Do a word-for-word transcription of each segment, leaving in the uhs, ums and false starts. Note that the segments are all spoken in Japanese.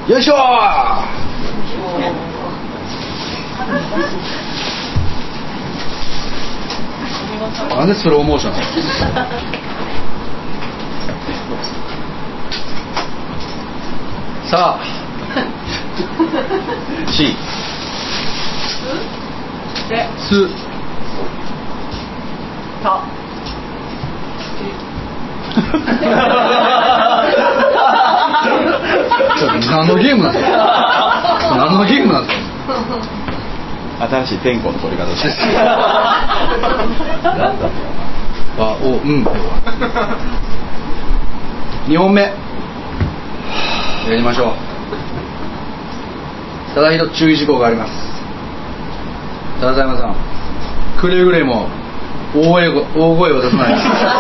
よいしょー。なんでスローモーションさあ C すた何のゲームなんですか何のゲームなんですか新しい天候の取り方ですなんだあおうんにほんめやりましょう。ただ一つ注意事項があります。ただ山さん、くれぐれも大声を大声を出さない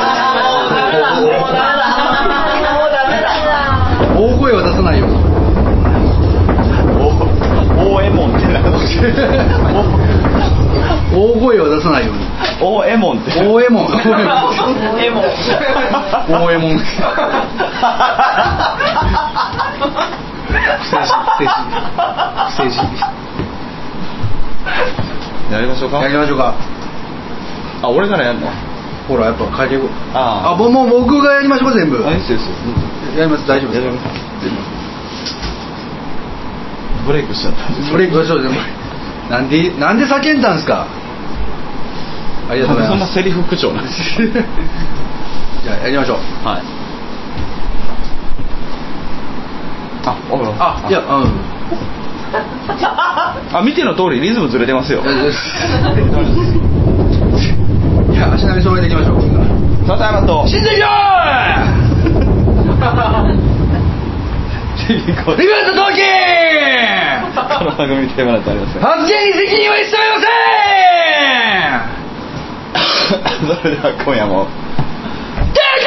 大声を出さないように。 大エモンってなんですか大声を出さないように。 大エモンって大エモン大エモン大エモン不正不正やりましょうかやりましょうか。 あ、俺からやるのほらやっぱ書いていく。 ああ、もう僕がやりましょうか全部。 あ、いいですよやります。大丈夫ですか。 ブレイクしちゃったブレイクしちゃった。なんでなんで叫んだんですか。ありがとうございます。 そんなセリフ口調なんですじゃあやりましょう。 はい。あ、 あ、いや、うん。 あ、見ての通りリズムずれてますよ。 いや、足並み揃えていきましょう。 笹山と新選挙リベント統計この番組にテーマなんてありますね。 発言に責任は一切ありません。 それでは今夜もテレ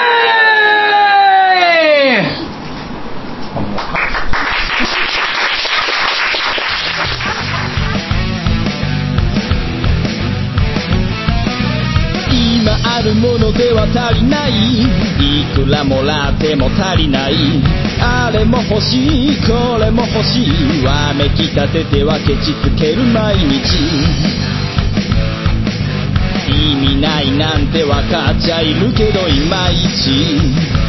今あるものでは足りない、いくらもらっても足りない、あれも欲しいこれも欲しい、わめきたててはケチつける毎日、意味ないなんてわかっちゃいるけどいまいち、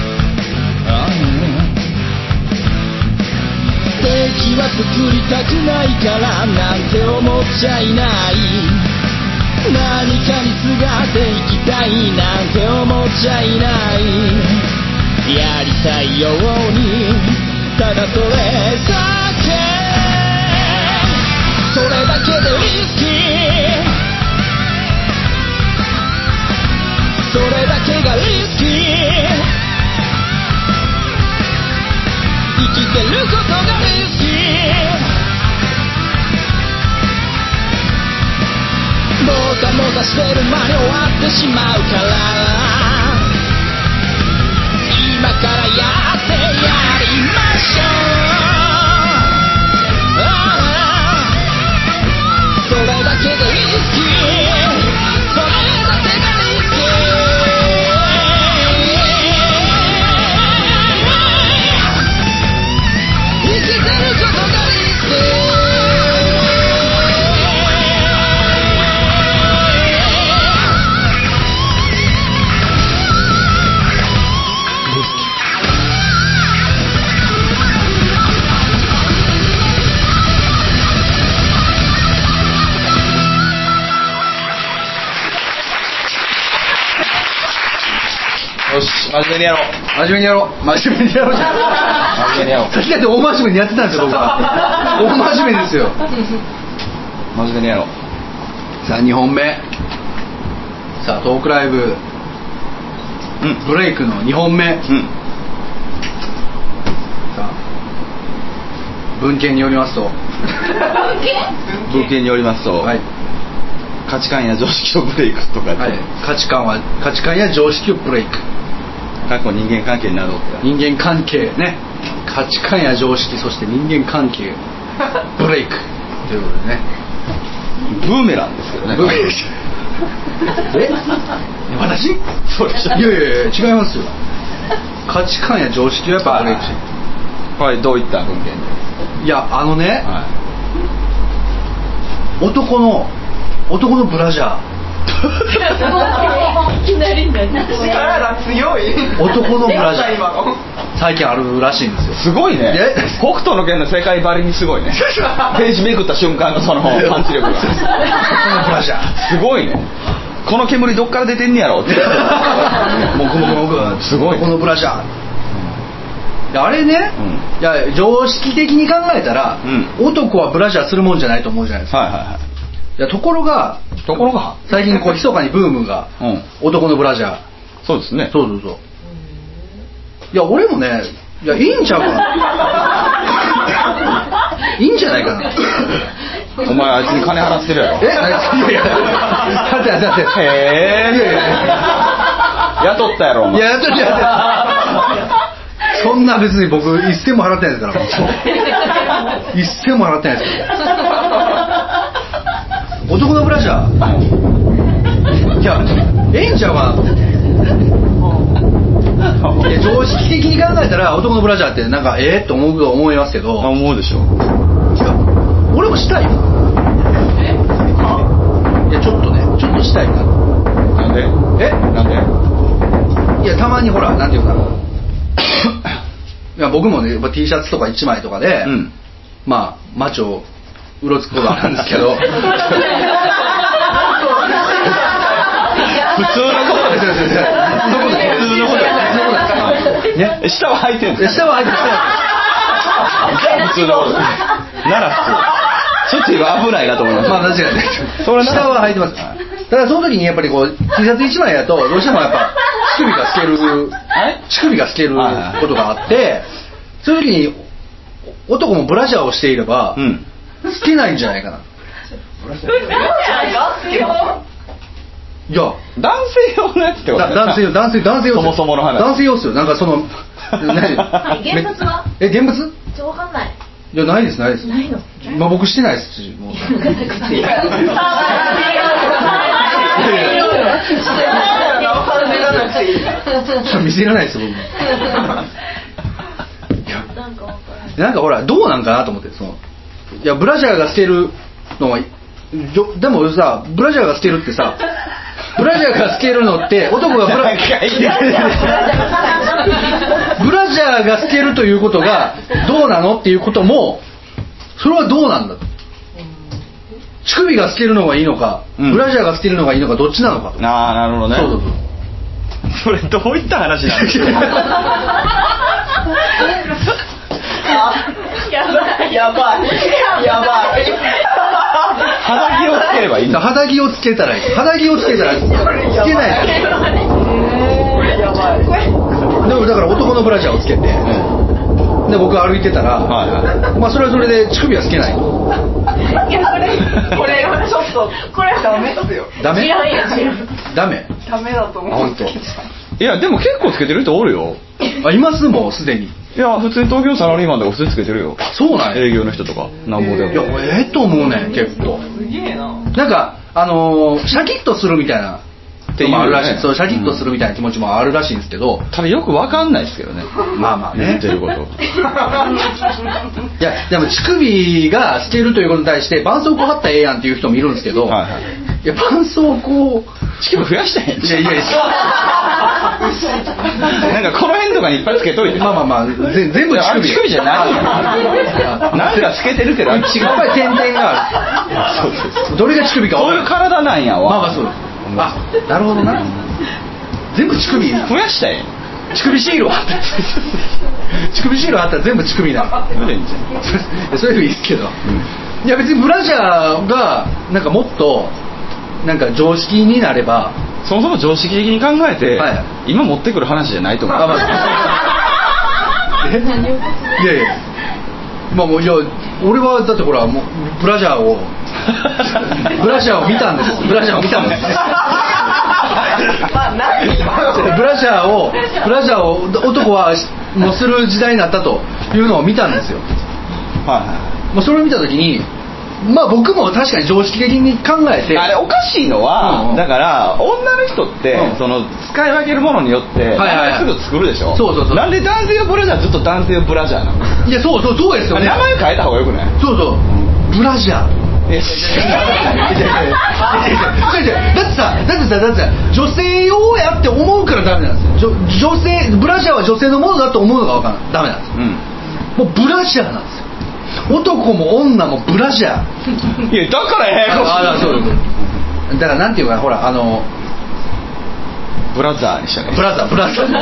敵は作りたくないからなんて思っちゃいない、何かにすがっていきたいなんて思っちゃいない、やりたいようにただそれだけ、それだけでリスキー、それだけがリスキー、生きてることがリスキー、もたもたしてる間に終わってしまうから、今からやってやりましょう、それだけでリスキー、それだけがリスキー、生きてることがリスキー、 よし、真面目にやろう。 真面目にやろう。真面目にやろうじゃん。 真面目にやろう。 さっきだって大真面目にやってたんですよ僕は。大真面目ですよ。 真面目にやろう。 さあにほんめ。さあトークライブ、 うん、 ブレイクのにほんめ、 うん、 さあ文献によりますと文献によりますと、 はい、 価値観や常識をブレイクとか、 はい、価値観は価値観や常識をブレイク、 過去人間関係など人間関係ね、価値観や常識、そして人間関係ブレイクということでね、 ブーメランですけどね。 ブーメランえ私そうでしょ。 いやいやいや違いますよ。価値観や常識はやっぱブレイクし、 これどういった文献で？ いやあのね、 は男の男のブラジャーいきなりね。 力が強い。 男のブラジャー今の。 最近あるらしいんですよ。 い、すごいね。 え北斗の拳の世界ばりにすごいね。ページめくった瞬間のそのパンチ力が男のブラジャーすごいね。この煙どっから出てんねやろってもぐもぐもぐすごいね。 男のブラジャー、いやあれね、 うんいや常識的に考えたら、 うん男はブラジャーするもんじゃないと思うじゃないですか。 はいはいはい。 いやところがところが最近こう密かにブームが、 うん男のブラジャー。 そうですね。 そうそうそう。いや俺もね、いやいいんちゃうかな。いいんじゃないかな。 お前あいつに金払ってるやろ。 え、いやいや、だってだって。 へえ。 いやいや雇ったやろお前。 いや、やってるやってる。そんな別に僕一銭も払ってないですから。一銭も払ってないですから。男のブラジャー。いや、ええんちゃうかなと思って。いや常識的に考えたら男のブラジャーってなんかええと思うと思いますけど。 あ思うでしょ。 いや、俺もしたいよ。いやちょっとね、ちょっとしたいな。 なんで？ え？ なんで？ いやたまにほらなんていうかな。いや僕もね T シャツとかいちまいとかで、 うん、 まあマチョをうろつくことはあるんですけど普通のことですよ。 普通のことですね。 下は履いてるんです。 下は履いてる。 普通のこと。なら普通。そっちは危ないなと思います。 まあ確かに。 それなら下は履いてます。だからその時にやっぱりこう T シャツいちまいだとどうしてもやっぱ乳首が透ける乳首が透けることがあってそういう時に男もブラジャーをしていれば、うん、透けないんじゃないかな。いや男性用のやつってこと？ 男性用男性男性用そもそもの話。 男性用っすよ。なんかその何現物は？ え現物？ ちょっとわかんない。 いやないですないです。 ないの？ まあ僕してないですしもう。見せらないです僕。なんかほらどうなんかなと思ってそのいやブラジャーが透けるのはでもさブラジャーが透けるってさブラジャーが透けるのって男がブラブラジャーが透けるということがどうなのっていうこともそれはどうなんだと。乳首が透けるのがいいのか、うん、ブラジャーが透けるのがいいのかどっちなのかと。 ああなるほどね。 そうそうそう。 それどういった話なんですか。 やばいやばいやばい。 肌着をつければいいんだ。 肌着をつけたらいい。肌着をつけたらつけない。 やばい。 でもだから男のブラジャーをつけて、うん、で僕歩いてたら、はいはい、まあそれはそれで乳首はつけない。 いやこれこれちょっとこれダメですよ。 ダメ？ダメ？ ダメだと思う。 本当。 いやでも結構つけてる人おるよ。 あいますもうすでに。 いや普通に東京サラリーマンとか普通につけてるよ。 そうなんや。 営業の人とかなんぼでも。 いやええと思うねん結構。 すげえな。 なんかあのー、シャキッとするみたいな。っていうのもあるらしい、ね、そうシャキッとするみたいな気持ちもあるらしいんですけど、 ただよくわかんないですけどね。 まあまあね。 言ってること。いやでも乳首が透けるということに対して絆創膏貼ったらええやんっていう人もいるんですけど、はいはい、いや絆創膏乳首増やしたいん。 いやいやいや。 なんかこの辺とかにいっぱいつけといて。 まあまあまあ全部乳首。 乳首じゃない。なんかつけてるけど。 いっぱい点々がある。そうそうそう。どれが乳首か。 そういう体なんやわ。 まあまあそうです。あ、なるほどな。全部乳首増やしたい。 乳首シールを貼った乳首シールを貼ったら全部乳首なの。それでいいですけど、うん、いや別にブラジャーがなんかもっとなんか常識になればそもそも常識的に考えて、はい、今持ってくる話じゃないと思う。あ、まあ、えいやいやまあもういや俺はだってほらもうブラジャーをブラジャーを見たんです。ブラジャーを見たんです。ブラジャーをブラジャーを男はもうする時代になったというのを見たんですよ。はいはい。もうそれを見たときに。まあ僕も確かに常識的に考えてあれおかしいのは、うんうん、だから女の人って、うん、その使い分けるものによって、はいはいはい、すぐ作るでしょ。 そうそうそう。 なんで男性用ブラジャーずっと男性用ブラジャーなの。 いやそうそうそうですよね。 名前変えた方がよくない？ そうそう、ブラジャー。いやいやいやいやいやいやいやいやいやいやだってさだってさだってさ女性用やって思うからダメなんですよ。女性ブラジャーは女性のものだと思うのがわからないダメなんですよ、うん、もうブラジャーなんですよ。男も女もブラジャー。 いやだからややこしい。 ああそうだからなんていうかほらあのブラザーにしたね。 ブラザーブラザー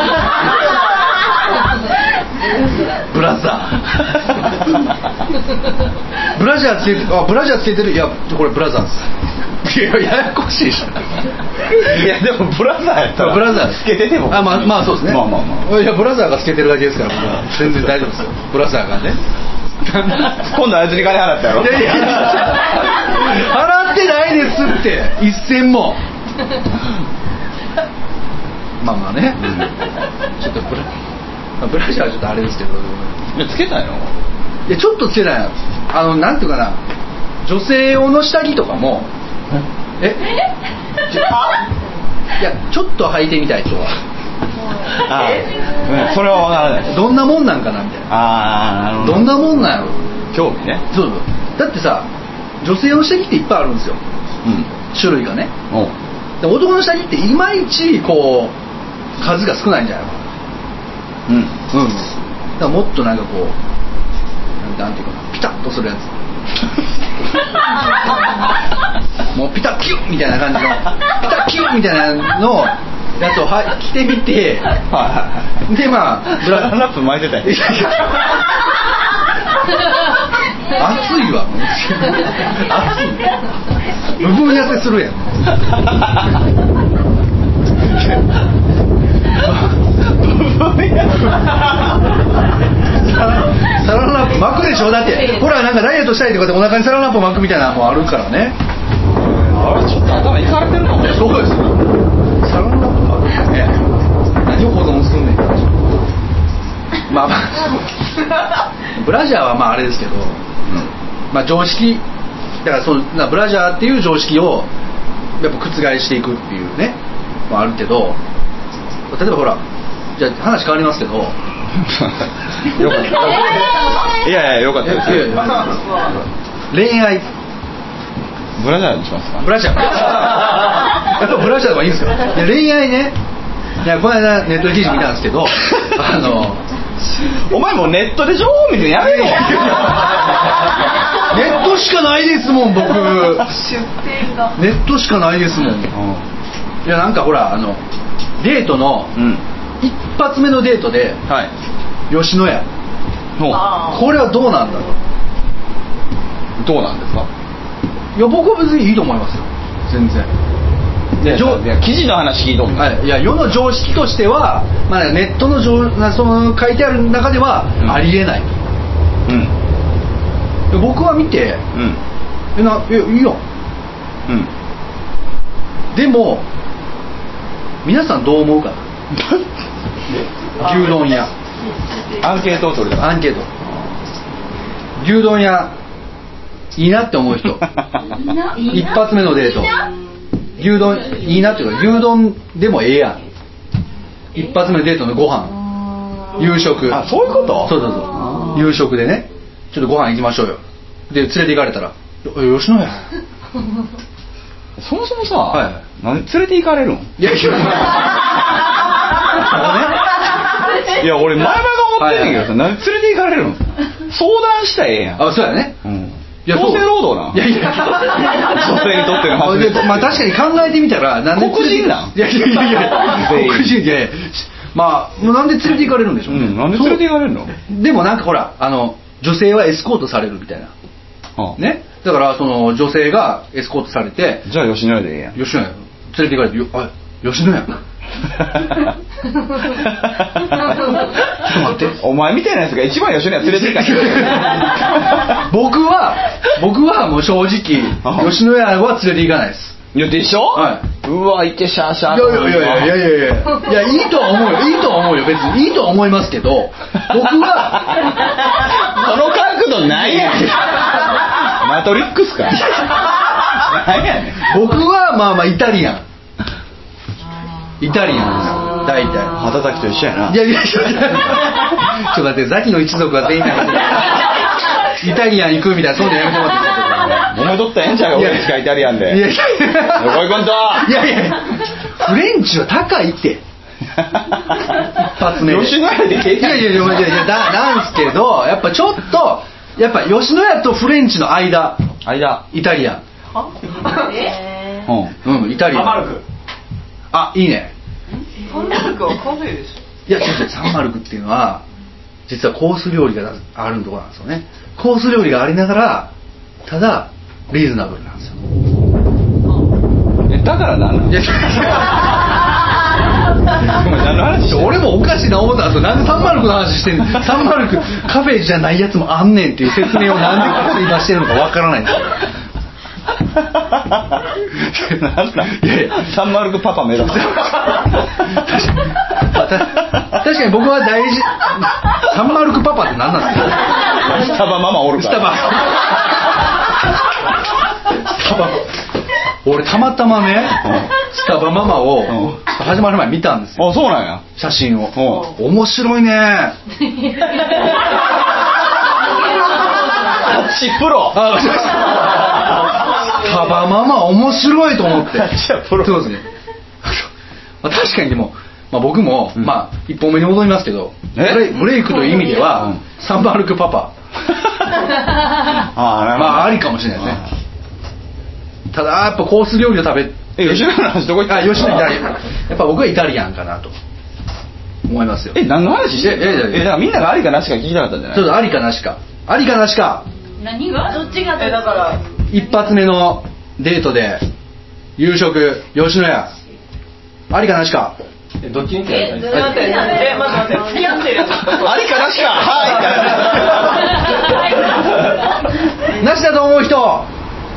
ブラザーブラジャーつけてあブラジャーつけてる。いやこれブラザーです。いやややこしいでしょ。 いやでもブラザーやったらブラザーつけててもあまあまあそうですね。 まあまあまあいやブラザーがつけてるだけですから僕は全然大丈夫ですよ。ブラザーがね今度あいつに金払ったやろ。 いやいや払ってないですって一銭もまあまあね、うん、ちょっとブラブラジャーはちょっとあれですけど。 いやつけたよ。 いやちょっとつけない。あのなんていうかな女性用の下着とかもえいやちょっと履いてみたい人はああ、うん、それは分からない。 どんなもんなんかなみたいな。 ああなるほど。 どんなもんなんやろ興味ね。 そうそうだってさ女性用の下着っていっぱいあるんですよ、うん、種類がね。おで男の下着っていまいちこう数が少ないんじゃないかな。うんうんだからもっとなんかこうなんていうかなピタッとするやつもうピタッキュッみたいな感じのピタッキュッみたいなのやつをは着てみてでまあブララップ巻いてたよ。 熱いわ熱い部分痩せするやんサランラップ巻くでしょ。だってほらなんかダイエットしたいとかでお腹にサランラップ巻くみたいなのもあるからね。 あれちょっと頭いかれてるかも。 そうですよ。サランラップ巻くってね何を保存すんねんまあまあブラジャーはまああれですけど、うん、まあ常識だからそのブラジャーっていう常識をやっぱ覆していくっていうねまああるけど例えばほらじゃあ話変わりますけどよかったいやいやよかったですよ。 恋愛ブラジャーにしますか。 ブラジャーやっぱブラジャーの方がいいんですか。いや恋愛ねいやこの間ネットで記事見たんですけどあのお前もうネットで情報見るのやめろ。 ネットしかないですもん僕。出典がネットしかないですもん、うん、いやなんかほらあのデートの、うん、一発目のデートで、はい、吉野家これはどうなんだろう。 どうなんですか。 いや僕は別にいいと思いますよ全然。 いやいや記事の話聞いとんの、 はい、いや世の常識としては、まあ、ネットのその書いてある中ではありえない、うん、僕は見て、うん、えないやいいよ、うん、でも皆さんどう思うかな牛丼屋アンケートを取るアンケート牛丼屋いいなって思う人一発目のデート牛丼いいなっていうか牛丼でもええやん一発目のデートのご飯夕食。 あそういうこと。 そうそうそう夕食でねちょっとご飯行きましょうよで連れて行かれたら吉野家そもそもさ、はい、なんで連れて行かれるん。 いやいやいや俺前々が思ってんねんけどさ、はいはい、なんで連れて行かれるん。相談したらええやん。 あそうやね、うん強制労働な。 いやいや女性にとっての初めて。 まあ確かに考えてみたらなんで黒人なん。 いやいやいやいや黒人でまあなんで連れて行かれるんでしょうね、 うん、なんで連れて行かれるの。 でもなんかほらあの女性はエスコートされるみたいな、はあ、ねだからその女性がエスコートされてじゃあ吉野家でいいやん。 吉野家連れて行かれてよあ吉野家ちょっと待ってお前みたいなやつが一番吉野家連れて行かない僕は僕はもう正直吉野家は連れて行かないです。 いやでしょ、はい、うわいてシャーシャーいやいやいやいやいやいやいやいやいいとは思うよいいとは思うよ別にいいとは思いますけど僕はその角度ないやんマトリックスか何やねん。 僕はまあまあイタリアンイタリアン大体旗崎と一緒やな。 いやいやちょっと待ってザキの一族は全員なんかイタリアン行くみたいなそういうのやめてもらって揉めとったらええんちゃうか俺しかイタリアンで。 いやいやどこ行くんといやいやフレンチは高いって一発目で吉野家で経験いやいやいやいやいやだなんすけどやっぱちょっとやっぱ吉野家とフレンチの間間イタリアンえうんうんイタリアンサンマルクあいいねサンマルクはカフェでしょ。 いや違う違うサンマルクっていうのは実はコース料理があるところなんですよね。コース料理がありながらただリーズナブルなんですよ。 えだから何なの？ いや何の話してんの？ 俺もおかしいな思ったんですよ。なんでサンマルクの話してんの？サンマルクカフェじゃないやつもあんねんっていう説明をなんでここで今してるのかわからないんですよ。 なんだいやいやサンマルクパパ目指す。 確かに僕は大事。サンマルクパパって何なんですか？ スタバママおるから。 スタバスタバ俺たまたまねスタバママを始まる前に見たんですよ。 あ、そうなんや。 写真を。 うん面白いね。 タッチプロ。 あスタバママ面白いと思って。 タッチはプロ。 そうですね。まあ確かにでも、まあ、僕も、 うんまあ一本目に戻りますけど、ブえレブレイクという意味では、 うんサンマルクパパああ、なるほど。 まあありかもしれないですね。ただやっぱコース料理を食べえ、吉野家の話どこ行ったあ吉野家やっぱ僕はイタリアンかなと思いますよ。 え、何の話してんの？ ええええ、だからみんながありかなしか聞きたかったんじゃない？ ちょっとありかなしかありかなしか何がどっちがえだから一発目のデートで夕食吉野家ありかなしかえ、どっちにえ待ってえ待って待って付き合ってるやつありかなしかはいなしだと思う人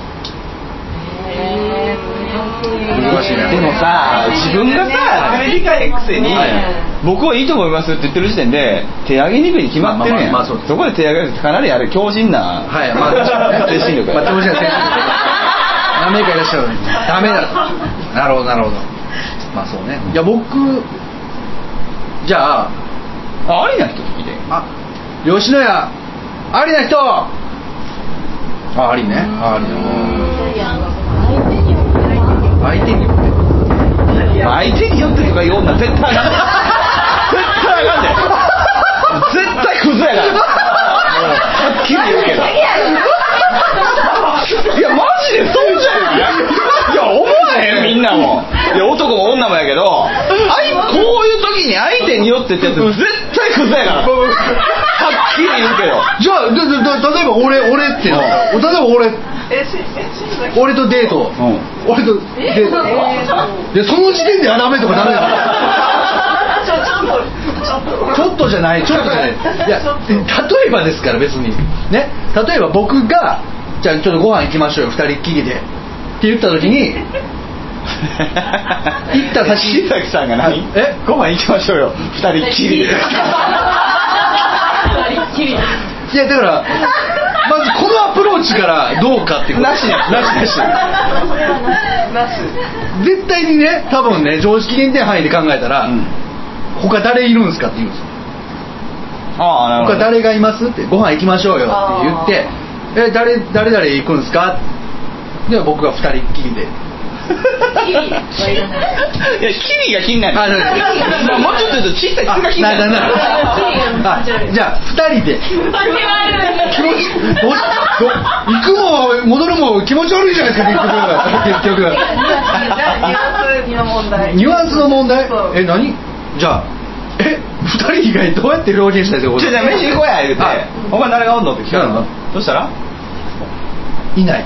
難しいね。 でもさ、自分がさ、アメリカへくせに、僕はいいと思いますって言ってる時点で手上げにくいに決まってるやん。 まあまあまあそうですそこで手上げるってかなりあれ強靭なはいまあ精神力や。 まあ強靭な精神力アメリカいらっしゃるのにダメだと。なるほどなるほど。まあそうね。いや僕じゃああ、ありな人聞いて。 あ吉野家ありな人あありねあありね相手によって相手によってとか言う女絶対あかんで。絶対あかんで。絶対クズやから。はっきり言うけど。いやマジでそうじゃない？いや思わへんみんなも。いや男も女もやけど、あいこういう時に相手によってってやつ絶対クズやから。はっきり言うけど。 じゃあででで例えば俺俺ってな例えば俺えしえし俺とデート、 うん俺とデートでその時点ではダメとかダメだちょちょっとちょっとちょっとじゃないちょっとじゃないいや例えばですから別にね例えば僕がじゃあちょっとご飯行きましょうよ二人っきりでって言った時に行った先石崎さんが何？ えご飯行きましょうよ二人っきりで。 いやだからまずこのアプローチからどうかっていうことなしなしなしなし絶対にね多分ね常識限定範囲で考えたら、 うん他誰いるんですかって言うんですよ。 ああ、なるほど。 他誰がいますってご飯行きましょうよって言ってえ誰誰々行くんですかで僕がふたりっきりでいや、キリが気になる。 あなまあもうちょっと言うと小さい質が気になる。 なななあじゃあふたりで気持ちど行くも戻るも気持ち悪いじゃないですか結局結局ニュアンスの問題ニュアンスの問題そうえ何じゃあえふたり以外どうやって表現したいですかじゃあ飯行こうや言うてあお前誰がおんのって聞かれるの。どうしたらいない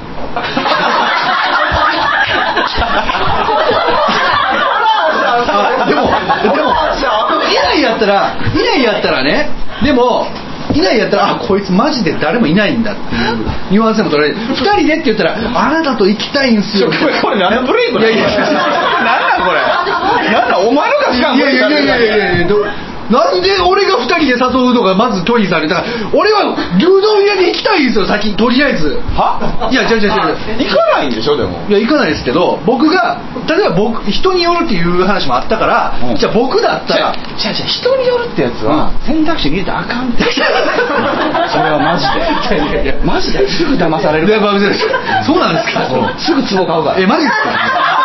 あでもでもいないやったらいないやったらねでもいないやったらあこいつマジで誰もいないんだっていうニュアンスでも取られるふたりでって言ったらあなたと行きたいんすよこれこれ何のブレイクなの？ いやいや何なんこれ。何なんお前のがしかんいやいやいやいやいやいやどなんで俺がふたりで誘うのがまずトリーさんに、だから俺は牛丼屋に行きたいんですよ先、とりあえず。 はいや違う違う違う、 行かないんでしょでも。 いや行かないですけど、僕が例えば僕人によるっていう話もあったから、うん、じゃあ僕だったら、 違う違う人によるってやつは選択肢入れたらあかんってそれはマジでマジですぐ騙されるから。 そうなんですか。 すぐ壺買うから。 えマジですか。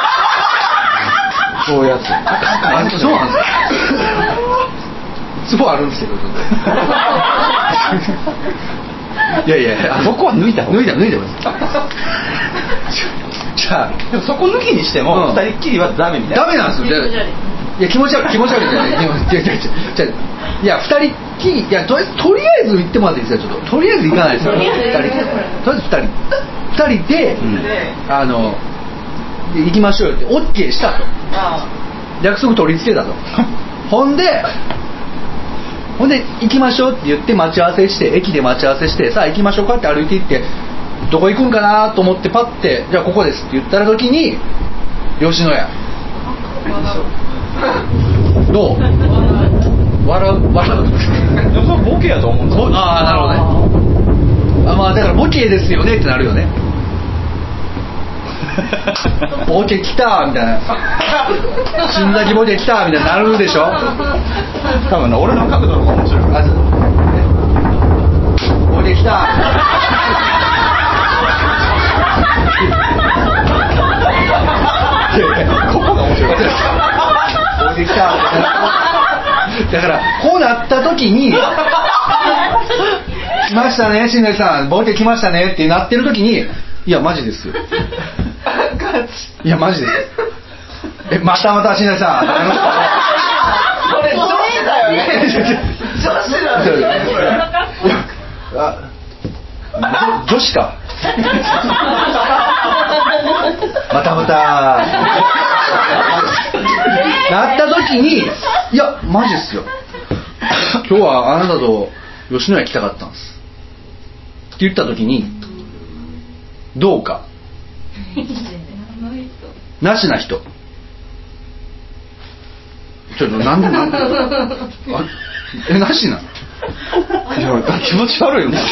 そういうやつあかんからやめて。 そうなんですか。ツボあるんですけどいやいや、 そこは抜いた抜いた抜いてますじゃあでもそこ抜きにしても、うん、ふたりっきりはダメみたいな。 ダメなんですよ。いや気持ち悪い気持ち悪いじゃない。いやふたりっきり、いやとりあえず行ってもらっていいですか。ちょっととりあえず行かないですよ。ふたりとりあえずふたりふたりで、うん、あの行きましょうよって オーケー したと、約束取り付けたとほんでほんで行きましょうって言って待ち合わせして、駅で待ち合わせして、さあ行きましょうかって歩いて行って、どこ行くんかなと思ってパッて、じゃあここですって言った時に吉野家どう笑う笑うでもそれボケやと思うんですよ。 ああなるほどね。あ、まあだからボケですよねってなるよねボケ来たみたいな、新崎ボケ来たみたいになるでしょ多分ね、俺の角度の方が面白い。あ、 ボケ来たここが面白い。 ボケ来ただからこうなった時に来ましたね新崎さん、ボケ来ましたねってなってる時に、いやマジですいやマジですえまたまた新崎さんこれ女子だよね女子だよねあ女子かまたまたなった時に、いやマジっすよ今日はあなたと吉野家来たかったんですって言った時にどうかなしな人、ちょっとなんでなんであえなしな、 いや気持ち悪いもん今日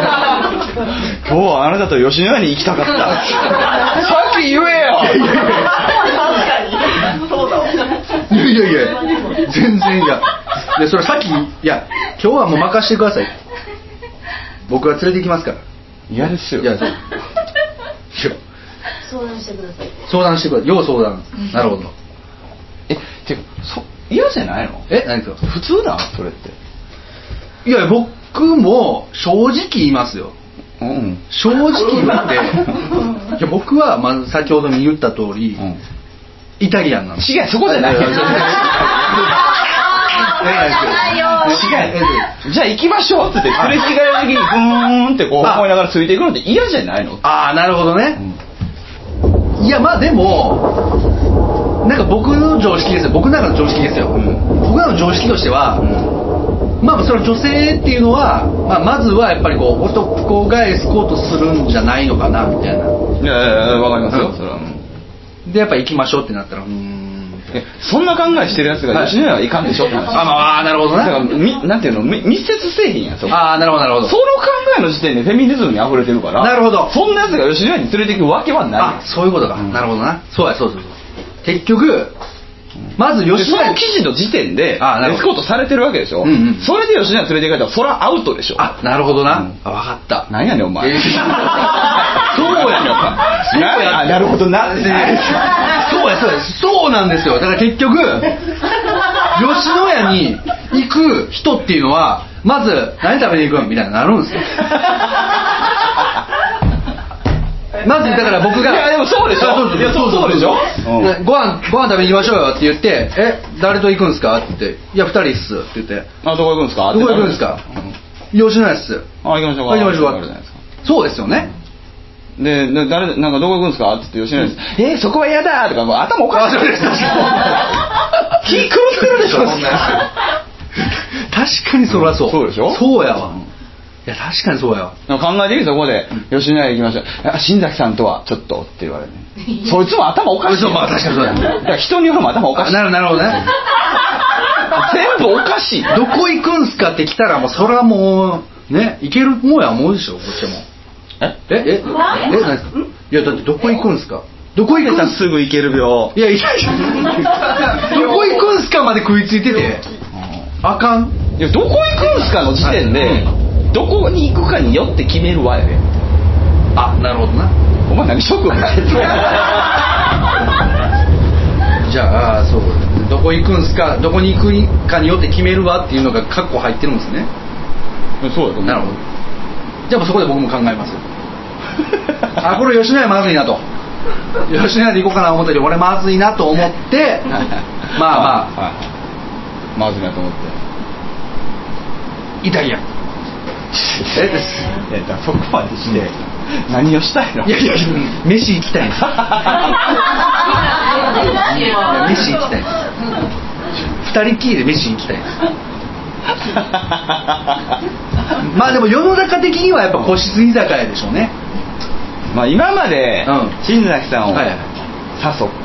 はあなたと吉野家に行きたかったさっき言えよ確かにそうだわ。 いやいやいや全然、いやいやそれさっき、いや今日はもう任してください、僕が連れて行きますから。 嫌ですよ。 いやそう相談してください。 相談してください。要相談。なるほど。 え、てかそ嫌じゃないの？ え、何ですか？ 普通だそれって。 いや僕も正直言いますよ。 うん。 正直言って、いや僕はまず先ほども言った通り、うん、イタリアンなんです。 違う、そこじゃない。違う。じゃあ行きましょうって言ってすれ違いの時にブーンってこう思いながらついていくのって嫌じゃないの？ ああなるほどね。うん、いやまあでもなんか僕の常識ですよ。僕の中の常識ですよ。うん、僕の常識としては。うんまあそれは女性っていうのは、まあ、まずはやっぱりこう男がエスコートするんじゃないのかなみたいな。いやいやわかりますよ、うん、それは。 でやっぱ行きましょうってなったらうーんそんな考えしてるやつが吉野家はいかんでしょって話。 あ、まあ、なるほどね。 だからみなんていうの密接製品やそこ。 ああなるほどなるほど。 その考えの時点でフェミニズムに溢れてるから。 なるほど。 そんなやつが吉野家に連れて行くわけはない。 あそういうことか、うん、なるほどな。そうやそうそうそう。結局まず吉野家その記事の時点でエスコートされてるわけでしょ、うんうん、それで吉野家連れて行かれたらそれはアウトでしょ。 あなるほどな、うん、あ分かった。 何やねんお前、えー、そうやねんそうやなるほどな、 そうやそうやそうなんですよ。だから結局吉野家に行く人っていうのはまず何食べに行くんみたいになるんですよまずだから僕がいやでもそうでしょ。そうそうそうそうでしょ。 ご飯ご飯食べに行きましょうよって言ってえ誰と行くんですかって言っていやふたりっすって言ってあどこ行くんですかどこ行くんですか、うん、吉野家っす。 あ行きましょうか行きましょうかそうですよね。 で誰なんかどこ行くんですかって言って吉野家です、うん、えー、そこは嫌だとかもう頭おかしいです気狂ってるでしょそんな確かにそれはそう、うん、 そうでしょ。 そうやわ、うんいや確かにそうやわ。 考えてみそこで吉野家行きましょう。新崎さんとはちょっとって言われる、ね、そいつも頭おかしい。 まあ確かにそうだ。 だから人によるも頭おかしい。 なるなるほどね。 全部おかしい。 どこ行くんすかって来たらもうそれはもうね行けるもんや思うでしょこっちも。 ええええ何ですか。いやだってどこ行くんすか。どこ行くんすか。 すぐ行ける病。 いやいやいやどこ行くんすかまで食いついててあかん。 いやどこ行くんすかの時点で、はい、どこに行くかによって決めるわやで。 あ、なるほどな。 お前何職務じゃあそうどこ行くんすかどこに行くかによって決めるわっていうのがカッコ入ってるんですね。 そうだと思う。 なるほど。じゃあもうそこで僕も考えますよあこれ吉野家まずいなと吉野家で行こうかな思ったけど俺まずいなと思ってまあまあ、 はい、まずいなと思ってイタリアンえですいやだそこまでして、うん、何をしたいの。 いやいや飯行きたいんですいや飯行きたいんです二人きりで飯行きたいんですまあでも世の中的にはやっぱ個室居酒屋でしょうね。 まあ今まで、うん、新崎さんを誘って、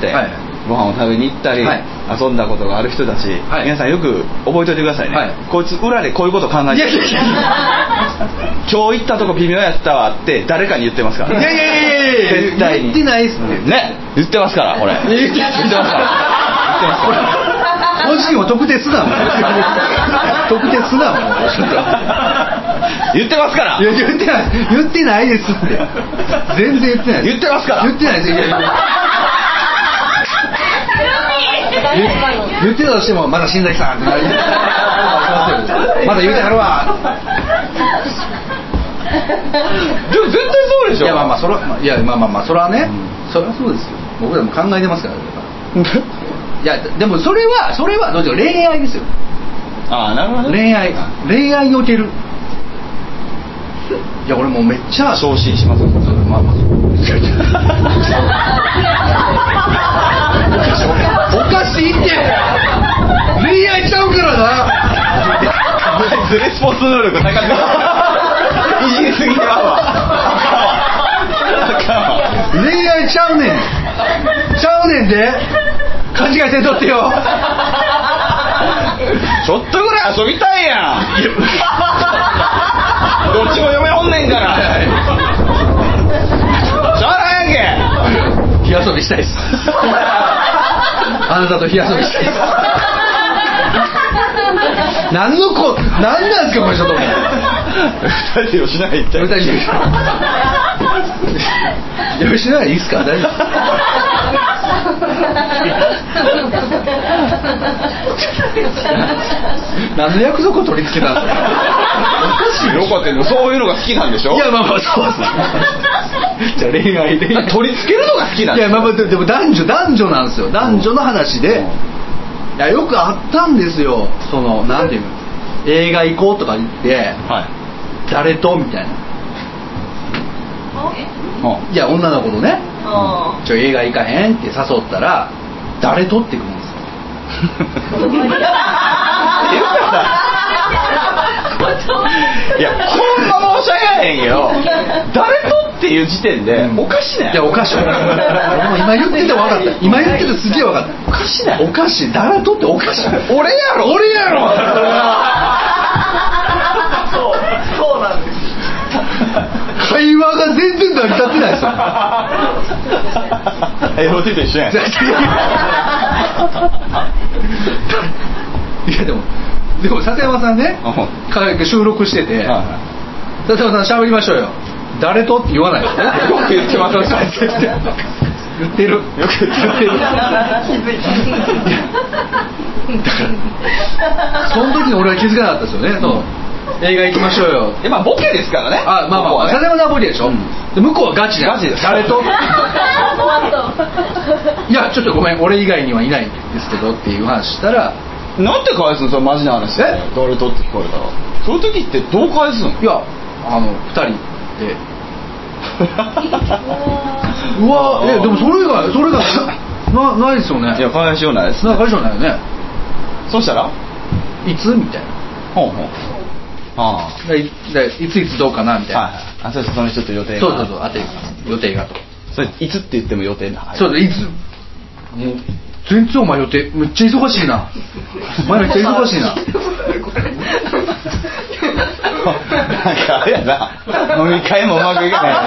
はいはい、ご飯を食べに行ったり、はい、遊んだことがある人たち、はい、皆さんよく覚えておいてくださいね、はい、こいつ裏でこういうこと考えてる。いやいやいや今日行ったとこ微妙やったわって誰かに言ってますから。 いやいやいやいや絶対に言ってないっすってね。言ってますからこれ。言ってますから。言ってますから。 個人を特定すなもん特定すなもん言ってますから。 いや言ってない言ってないですって全然言ってない言ってますから言ってないです。いやいや言ってたとしてもまだ新崎さんってまだ言うてはるわでも絶対そうでしょ。 いやまあまあそれはいやまあまあまあそれはね、うん、それはそうですよ。僕らも考えてますからいやでもそれはそれはどうしよう恋愛ですよ。 ああなるほど、ね、 恋愛恋愛における。いや俺もうめっちゃ昇進しますよ。 まあまあおかしいって恋愛ちゃうからなレスポンス能力高くいじりすぎてまうわ恋愛ちゃうねんちゃうねんで勘違いせんとってよちょっとぐらい遊びたいやんどっちも嫁おんねんからしゃあないやんけ火遊びしたいっすあなたと火遊びしたいっす何の子何なんですかこれちょっと二人で吉永行ったり二人で吉永いいっすか大丈夫何の約束を取り付けたんですか。おかしいよかったよ。そういうのが好きなんでしょ。 いやまあまあそうですじゃあ恋愛恋愛取り付けるのが好きなんです。 いやまあまあでも男女男女なんですよ。男女の話で、うん、いやよくあったんですよ。そのなんていうの映画行こうとか言って、はい、誰とみたいな。いや女の子とね、うん、ちょ映画行かへんって誘ったら誰とってくるんですよいやほんま申し訳ないへんけど誰とっていう時点でおかしない。 いやおかしい。今言ってて分かった。今言っててすげえ分かった。 おかしない。 おかしい。誰とっておかしい。 俺やろ俺やろそうそうなんです。 会話が全然成り立ってないですよ。 エロティと一緒やん。 いやでもでも笹山さんね収録してて笹山さん喋りましょうよ。誰とって言わないですね。 よく言ってますよ。 言ってる。よく言ってる。気づいた。だからその時に俺は気づかなかったですよね。そう映画行きましょうよ。 まあボケですからね。 あまあまあ笹山さんはボケでしょ、うん、で向こうはガチでガチです。 誰といやちょっとごめん俺以外にはいないんですけどっていう話したらなんて返すのそれマジな話で誰とって聞かれたらそういう時ってどう返すの。 いやあのふたりでうわえでもそれがそれがなないですよね。 いや返しようないです、 ね、返しようないよね。 そうしたらいつみたいなほうほうああだいだいついつどうかなみたいな、はいはい、 あそうそうその人と予定がそうそうそうあて予定がとそれいつって言っても予定な、 はい、そういつもう全然お前予定めっちゃ忙しいなお前めっちゃ忙しいななんかあれやな、飲み会もうまくいかない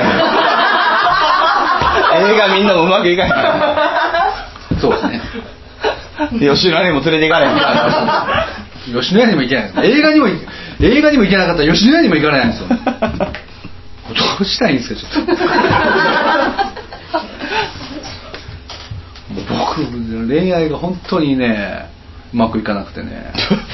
映画みんなもうまくいかないそうですね吉野家にも連れて行かない吉野家にも行けないです映画にも映画にも行けなかったら吉野家にも行かないんですよどうしたいんですかちょっと僕恋愛が本当にねうまくいかなくてね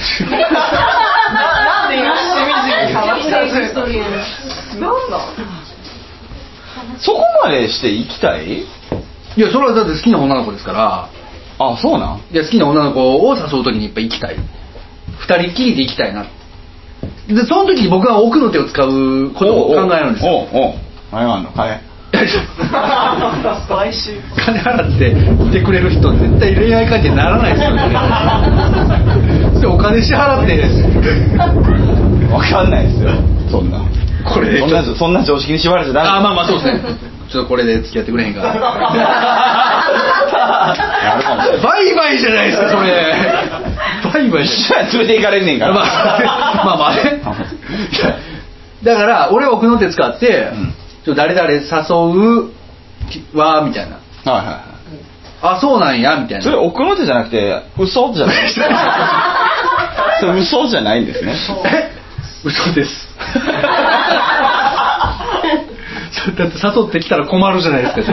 なんで今しみじみ話し始めたの？なんだ？ そこまでして行きたい？ いやそれはだって好きな女の子ですからあ、そうなん？ いや好きな女の子を誘う時にやっぱ行きたい二人っきりで行きたいなでその時に僕は奥の手を使うことを考えるんですよ。 おうおう何があんの？金買収金払って来てくれる人絶対恋愛関係にならないですよねお金支払って分かんないですよそんなこれそんなそんな常識に縛られちゃダメ。 あまあまあそうですねちょっとこれで付き合ってくれへんからバイバイじゃないですかそれバイバイじゃ連れて行かれんねんからまあまあまあねだから俺は奥の手使って、うんちょ誰々誘うわみたいなはいはいはいあそうなんやみたいなそれ奥の手じゃなくて嘘じゃないそれ嘘じゃないんですねえ嘘ですだって誘ってきたら困るじゃないですか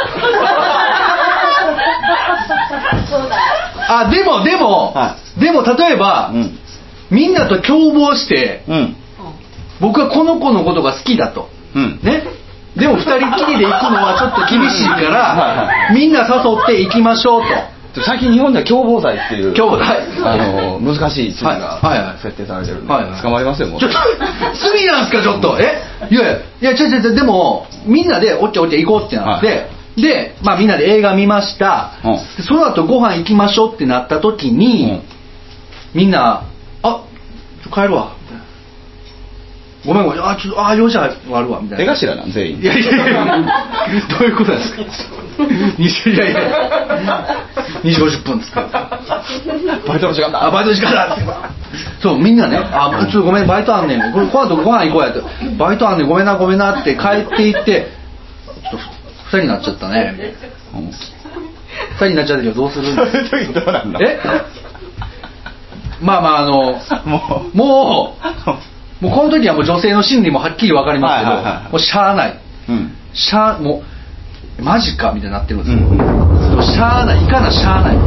あでもでも、はい、でも例えば、うん、みんなと共謀して、うん、僕はこの子のことが好きだとうんね、でも二人きりで行くのはちょっと厳しいからみんな誘って行きましょうと最近日本では共謀罪っていう共謀罪あの難しい罪が設定されてるんで、はいはい、捕まりますよもうちょっと罪なんすかちょっとえいやいやいや違う違うでもみんなでおっちゃおっちゃ行こうってなって、はい、で、まあ、みんなで映画見ました、うん、その後ご飯行きましょうってなった時に、うん、みんなあ帰るわごめんごめんあちょっとあ用事あるわみたいな手頭なん全員いやいやいやどういうことですかにじいやいやにじごじゅっぷんですかバイトの時間だあバイトの時間だってそうみんなねあちょっとごめんバイトあんねんこれこの後ご飯行こうやってバイトあんねんごめんなごめんなって帰っていってちょっとふたりになっちゃったねみたいな、うん、ふたりになっちゃったけどどうするんですかそういう時どうなんだえまあまああのもうもうもうこの時はもう女性の心理もはっきり分かりますけど、はいはいはい、もうしゃあない、うん、しゃあもうマジかみたいになってるんですよ、うん、でもしゃあない行かなしゃあない、うん、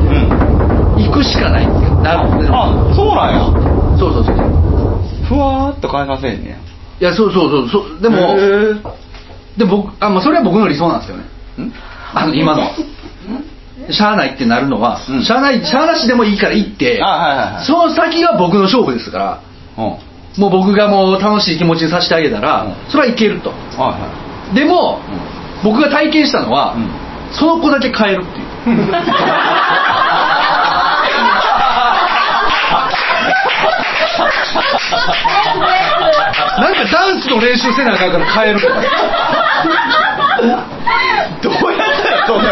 行くしかないってなるんであそうなんやそうそうそうふわーっと返させんねやいやそうそうそうそうでもで僕あ、まあ、それは僕の理想なんですよねあの今のしゃあないってなるのは、うん、しゃあないしゃあなしでもいいから行って、 はいはいはい、 その先が僕の勝負ですから、うんもう僕がもう楽しい気持ちにさせてあげたら、うん、それはいけると、はいはい、でも、うん、僕が体験したのは、うん、その子だけ変えるっていうなんかダンスの練習せなあかんから変えるとかどうやったらそん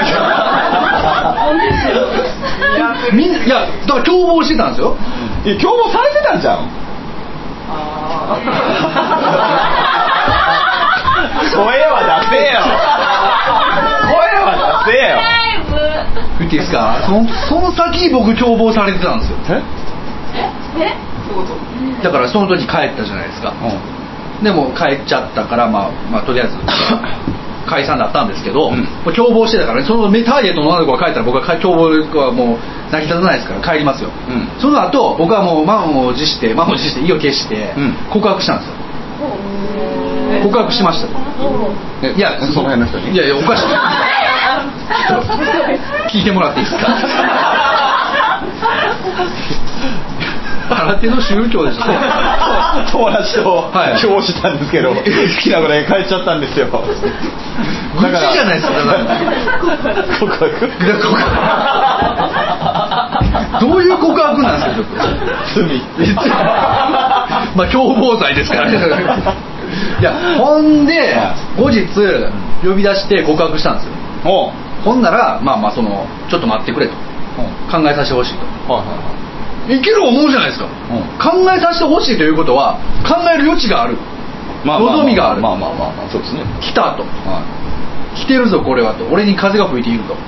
なみんないやだから共謀してたんですよいや共謀されてたんじゃん声は出せよ声は出せよ言っていいですかその、その先に僕共謀されてたんですよええだからその時帰ったじゃないですか、うん、でも帰っちゃったから、まあ、まあとりあえず解散だったんですけど、うん、共謀してたからねそのターゲットの女の子が帰ったら僕は共謀はもう泣き立たないですから帰りますよ、うん、その後僕はもう満を持して満を持して意を決して告白したんですよ、うん、告白しましたいやその辺の人にいやいやおかしい聞いてもらっていいですか新手の宗教でしょ友達と今日したんですけど、はい、好きなぐらい帰っちゃったんですよだから愚痴じゃないですか告白どういう告白なんですか罪まあ共謀罪ですからねいやほんで後日呼び出して告白したんですよほんならまあまあそのちょっと待ってくれと考えさせてほしいと、 はいはいはい、 いける思うじゃないですか、うん、考えさせてほしいということは考える余地がある、まあまあまあ、望みがある、 まあまあまあまあそうですね、 来たと、はい、来てるぞこれはと、俺に風が吹いていると、うん、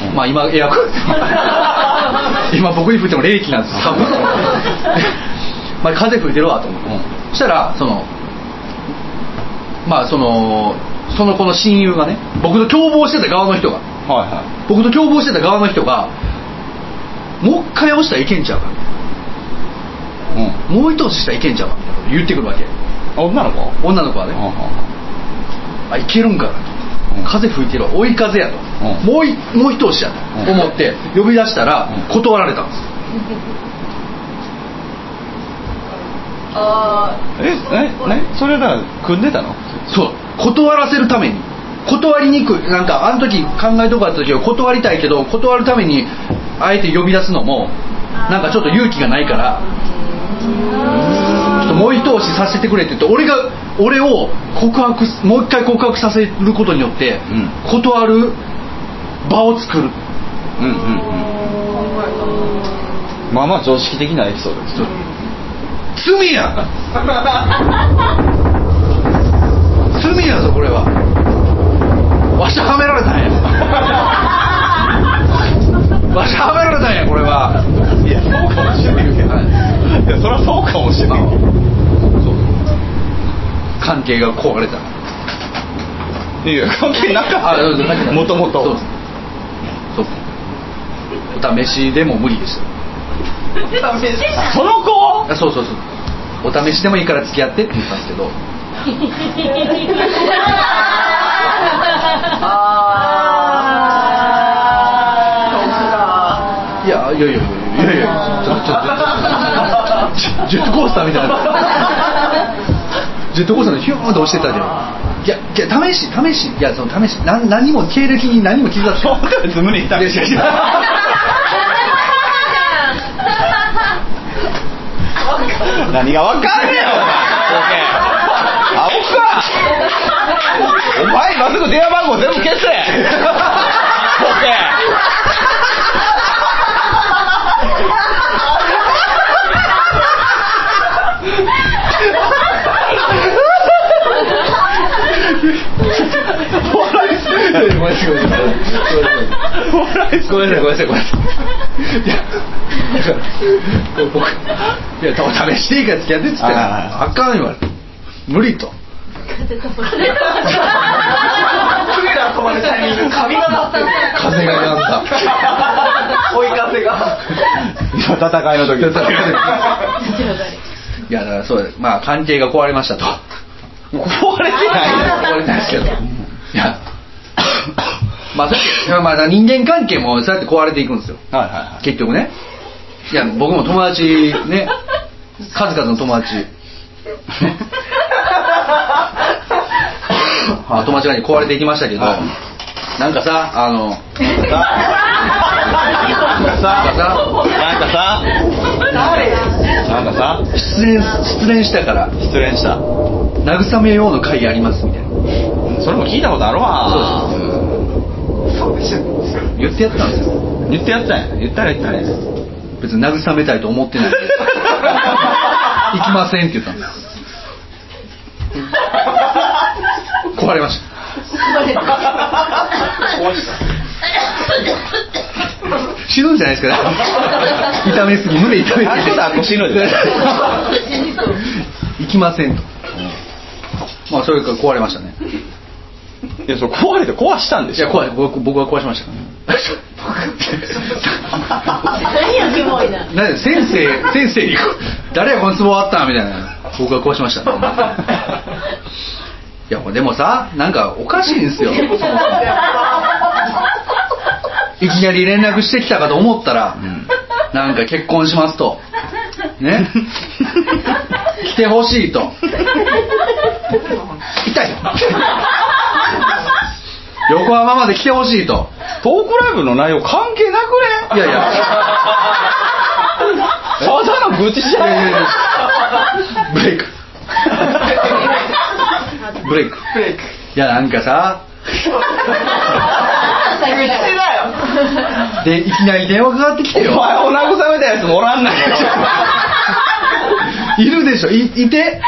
まあ今エアコン今僕に吹いても冷気なんです寒いまあ風吹いてるわと思って、うん、そしたらそのまあそのその子の親友がね、僕と共謀してた側の人が、はいはい、僕と共謀してた側の人がもう一回押したらいけんちゃうか、うん、もう一押ししたらいけんちゃうか言ってくるわけ。 女の子女の子はね、ああいけるんかなと、うん、風吹いてるわ、追い風やと、うん、もういもう一押しやと思って呼び出したら断られたんです、 うん、あええねそれだ組んでたの？ そう、断らせるために、断りにくい、なんかあの時考えとかあった時は断りたいけど断るためにあえて呼び出すのもなんかちょっと勇気がないから、ちょっともう一押しさせてくれって言って、俺が俺を告白もう一回告白させることによって、うん、断る場を作る、うんうんうん、 まあまあ常識的なエピソードです。 罪や罪やぞこれは。わしはめられたんやわしはめられたんやこれは。 いやそうかもしれないけど、はい、いやそりゃそうかもしれない。 そう関係が壊れた。 いや関係なかったもともと。 そうお試しでも無理でした。 その子？ そうそうそう、お試しでもいいから付き合ってって言ったんですけどあいやいやいやいやいやちょっとちょっとジェットコースターみたいなジェットコースターでヒューンと押してたじゃん。いやいや試し試しいやその試し何何も経歴に何も気づかずそう無理に試し何がわかんねえよお前お前今すぐ電話番号全部消せボケごめんなさいごめんなさいごめんなさいごめんなさいごめんなさいいやだから僕いやお試しでいいから付き合ってっつってあかん言われて無理と風が止まるタイミング髪が鳴ってる風が鳴った追い風が戦いの時いやだからそうまあ関係が壊れましたと壊れてない壊れてないですけどいやまあ、まあ人間関係もそうやって壊れていくんですよ、はいはいはい、結局ね。いや僕も友達ね数々の友達まあ友達が壊れていきましたけど、はい、なんかさあのなんかさなんかさなんかさ失恋失恋したから失恋した慰めようの会ありますみたいな。 それも聞いたことあるわ。 そうです、うん、そうでしょ言ってやったんですよ。 言ってやったんや。言ったら言ったら別に慰めたいと思ってないんで行きませんって言ったんです壊れました壊した死ぬんじゃないですか痛めすぎ胸痛めすぎて死ぬで行きませんと、まあそれから壊れましたね。 いやそれ壊れて壊したんでしょ。 いや壊れ僕僕は壊しました、うん、何やキモいな。先生先生に誰やこの壺あったみたいな僕は壊しました、ね、いやでもさなんかおかしいんですよいきなり連絡してきたかと思ったら、うん、なんか結婚しますとね来てほしいと痛い横浜まで来てほしいと。 トークライブの内容関係なくね。 いやいやただの愚痴じゃん。 ブレイクブレイクブレイク。いやなんかささいみたいな。 でいきなり電話かかってきてよ。 お前を慰めたやつもおらんねんいるでしょ。 い, いて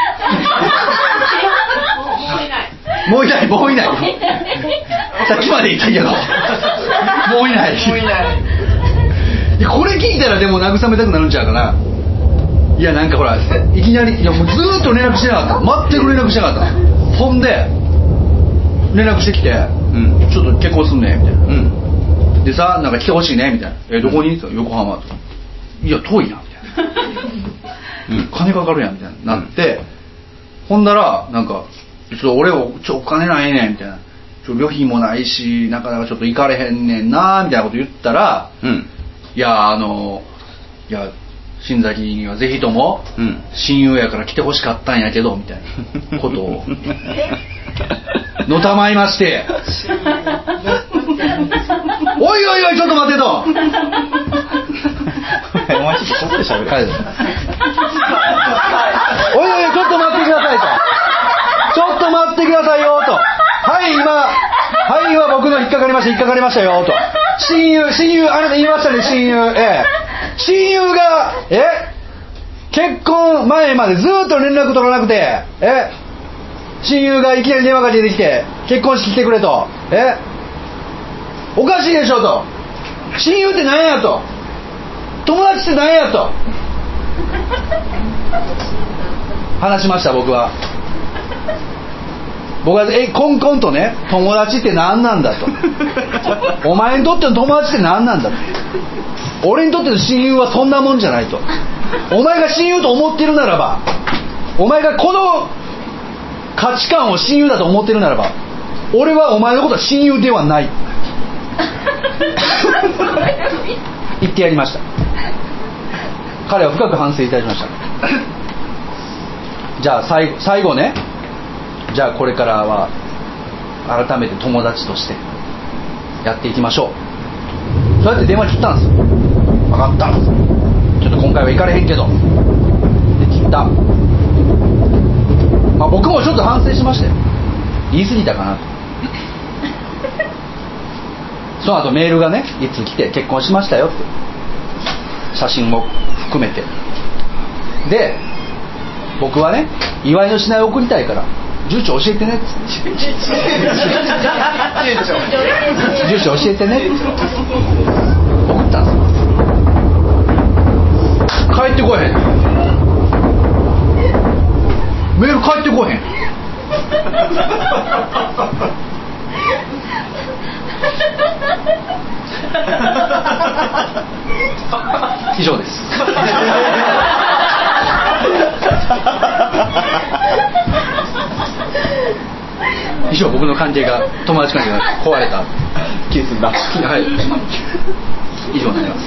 もういないもういないさっきまでいたけどもういないもういない。これ聞いたらでも慰めたくなるんちゃうかな。いやなんかほらいきなりいやもうずーっと連絡してなかった。全く連絡してなかった。ほんで連絡してきて、うん、ちょっと結婚すんねみたいな、うん、でさなんか来てほしいねみたいな。えどこに？横浜とか。いや遠いなみたいな、うん、金かかるやんみたいななって、うん、ほんだらなんかちょっと俺をちょお金ないねんみたいな。ちょ旅費もないしなかなかちょっと行かれへんねんなみたいなこと言ったら、うん、いやあのいや新崎にはぜひとも親友やから来てほしかったんやけどみたいなことをのたまいましておいおいおいちょっと待てとお前ちょっとここで喋る、はい、 おいおいちょっと待ってくださいとちょっと待ってくださいよとはい今はい今僕の引っかかりました引っかかりましたよと親友親友あなた言いましたね親友ええ親友がえ結婚前までずっと連絡取らなくてえ親友がいきなり電話かけてきて結婚式来てくれとえおかしいでしょと親友って何やと友達って何やと話しました僕は僕はえコンコンとね友達って何なんだとお前にとっての友達って何なんだと俺にとっての親友はそんなもんじゃないとお前が親友と思ってるならばお前がこの価値観を親友だと思ってるならば俺はお前のことは親友ではない言ってやりました。彼は深く反省いたしました。じゃあ 最, 最後ねじゃあこれからは改めて友達としてやっていきましょう。そうやって電話切ったんですよ。分かったちょっと今回は行かれへんけどで切った。まあ僕もちょっと反省しましたよ。言い過ぎたかなとその後メールがねいつ来て結婚しましたよって写真も含めてで僕はね祝いの品を送りたいから住所教えてねって住所教えてねって送ったんですよ。帰ってこへんメール帰ってこへん以上です以上僕の関係が友達関係が壊れたケースだ。 はい以上になります。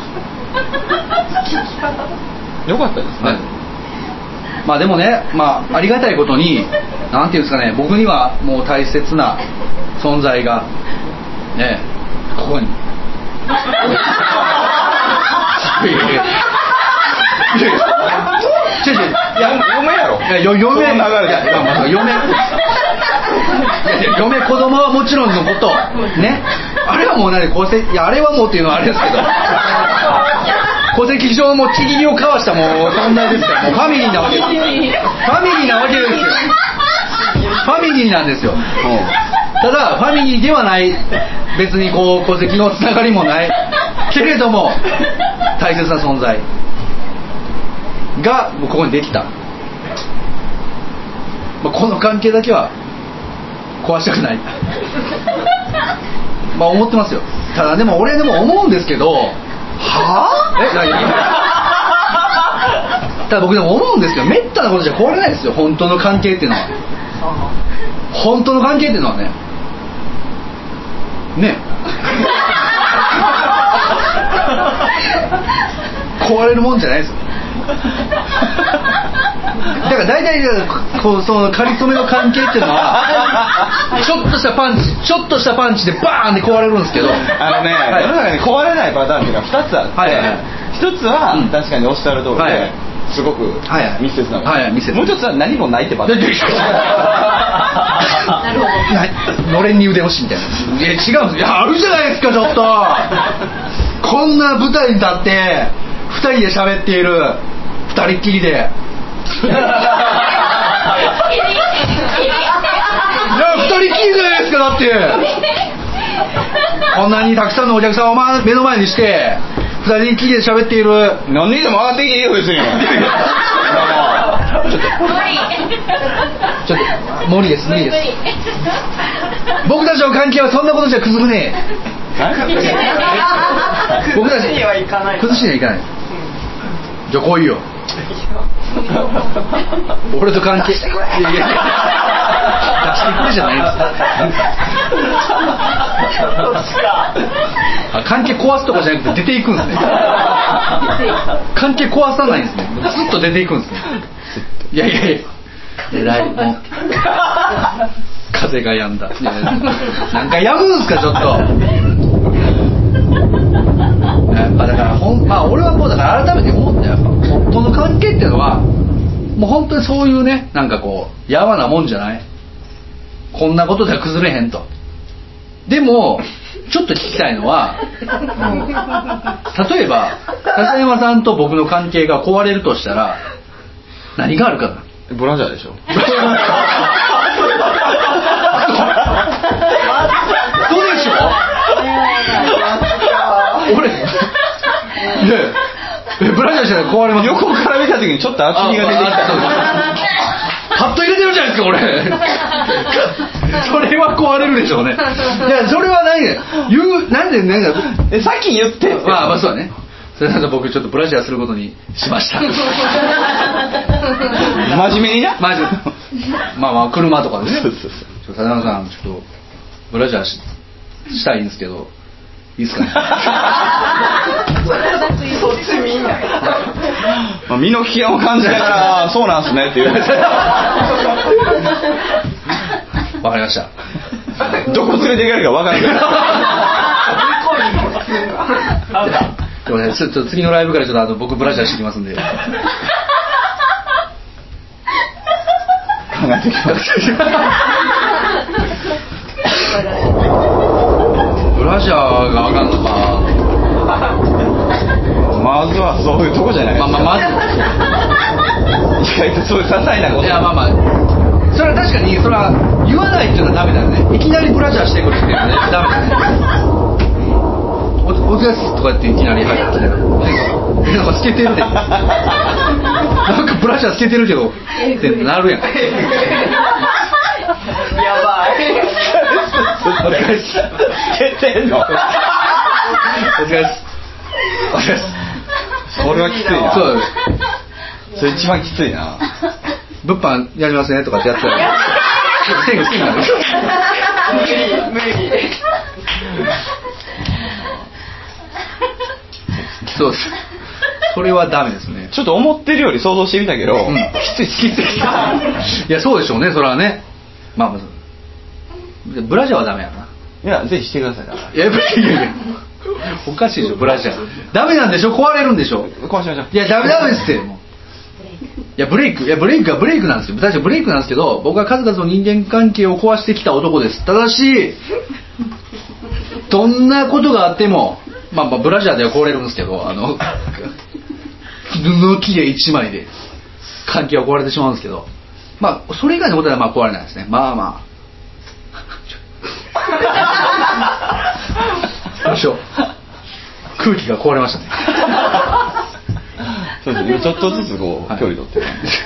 よかったですね、はい、 まあでもね、まあ、ありがたいことになんていうんですかね僕にはもう大切な存在がねここにいやいやいや違う違ういや嫁やろいや嫁その流れでいやまあまあ嫁嫁子供はもちろんのことねあれはもう何戸籍いやあれはもうっていうのはあれですけど戸籍上もちぎりを交わしたもう存在ですからもうファミリーなわけですファミリーなわけですよファミリーなんですよ。ただファミリーではない別にこう戸籍のつながりもないけれども大切な存在がここにできた、まあ、この関係だけは壊したくないまあ思ってますよ。ただでも俺でも思うんですけどはぁえ何ただ僕でも思うんですけどめったなことじゃ壊れないですよ本当の関係っていうのは本当の関係っていうのはねね壊れるもんじゃないですよだから大体こうその仮初めの関係っていうのはちょっとしたパンチちょっとしたパンチでバーンって壊れるんですけどあのね、はい、世の中に壊れないパターンっていうのはふたつあって、はいはい、ひとつは、うん、確かにおっしゃる通りで、はいすごく密接なの、 はいはい、密接もう一つは何もないってパターンなるほどのれんに腕押しみたいな。いや違うんです。いやあるじゃないですかちょっと。こんな舞台に立ってふたりで喋っているふたりっきりで。いやふたりっきりじゃないですかだって。こんなにたくさんのお客さんを目の前にしてふたりっきりで喋っている。 何人でも上がっていけよ別に。 ちょっと無理です無理です。僕たちの関係はそんなことじゃ崩れねえ。僕たちにはいかない。 崩しにはいかない。じゃあ来いよ。俺と関係。いやいやいや出してくれじゃないですあ関係壊すとかじゃなくて出ていくんですね。関係壊さないんですね。ずっと出ていくんですね。いやいやいやえらいもう風が止んだ。いやなんか止むんすかちょっと。やっぱだからほんまあ俺はもうだから改めて思ったよ。やっぱこの関係っていうのはもう本当にそういうねなんかこうやわなもんじゃない。こんなことでは崩れへんと。でもちょっと聞きたいのは、うん、例えば笹山さんと僕の関係が壊れるとしたら何があるかな。 ブラジャーでしょ。 そうでしょ。俺ねえブラジャーじゃない壊れます。 横から見た時にちょっと厚みが出てきた。 パッと入れてるじゃないですか俺。それは壊れるでしょうね。いやそれは何で言うなんでなんかえさっき言ってって。 まあまあそうだね。それなら僕ちょっとブラジャーすることにしました。 真面目にな。 真面目。まあまあ車とかでね。 そうそうそう。 笹山さんちょっとブラジャー し, したいんですけどいいですかね。 そっちみんな。 まあ、身の危険を感じながらそうなんすねって言われて。 わかりました。 どこ連れて行かれるかわからない。 でもね、ちょっと次のライブからちょっとあの僕ブラジャーしてきますんで。考えてきます。 ブラジャーがあかんのか。 まずはそういうとこじゃないですか。 まあまあまず。意外とそういう些細なこと。 いやまあまあ。それは確かにそれは言わないっていうのはダメだよね。いきなりブラジャーしてくるっていうのはねダメだね。おおですとかっていきなり入ってきてなんかつけてるってなんかブラジャーつけてるけどってなるやん。 やばい。 お疲れっす。 つけてんの。 お疲れっす。お疲れっす。 それはきついな。 そうだね。 それ一番きついな。 物販やりますねとかってやってたらせんがせんが無理無理。 そうです。それはダメですね。 ちょっと思ってるより想像してみたけど、 うん、きついきつい。いやそうでしょうねそれはね。まあまあブラジャーはダメやな。 いやぜひしてください。だからいやいやいやおかしいでしょブラジャー。ダメなんでしょ壊れるんでしょ。 壊しましょう。 いやダメダメですって。もういやブレイクいやブレイクはブレイクなんですよ。確かブレイクなんですけど僕は数々の人間関係を壊してきた男です。ただしどんなことがあってもまあまあブラジャーでは壊れるんですけどあの布切れ一枚で関係は壊れてしまうんですけどまあそれ以外のことはまあ壊れないですね。まあまあよいしょ空気が壊れましたね。 そうですね。ちょっとずつこう、はい、距離取ってる。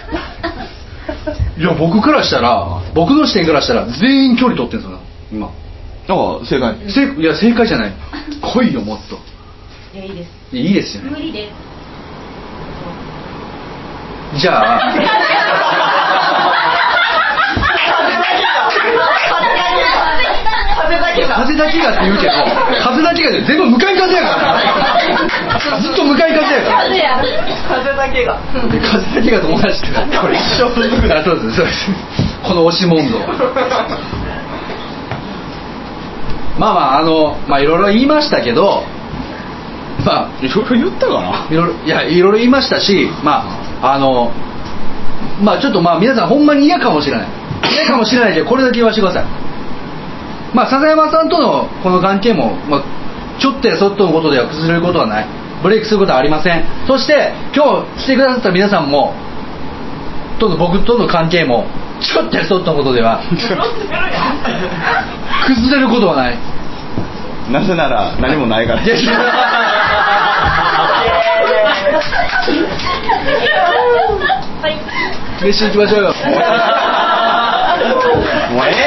いや僕からしたら僕の視点からしたら全員距離取ってるんですよ今。 ああ正解。 正いや正解じゃない。来いよもっと。 いやいいです。 いいですよね。 無理です。 じゃあ風だけが風だけがって言うけど風だけが全部向かい風やからずっと向かい風やから風や風だけが風だけが友達ってこれ一生続くな。そうですそうですこの押し問答まあまああのまあいろいろ言いましたけどまあいろいろ言ったかな。 いろいろいやいろいろ言いましたしまああのまあちょっとまあ皆さんほんまに嫌かもしれない嫌かもしれないけどこれだけ言わせてください。 まあ笹山さんとのこの関係も、まあ、ちょっとやそっとのことでは崩れることはない、ブレイクすることはありません。そして今日来てくださった皆さんもとの僕との関係もちょっとやそっとのことでは崩れることはない。 なぜなら何もないから。 飯行きましょうよ。 もうええ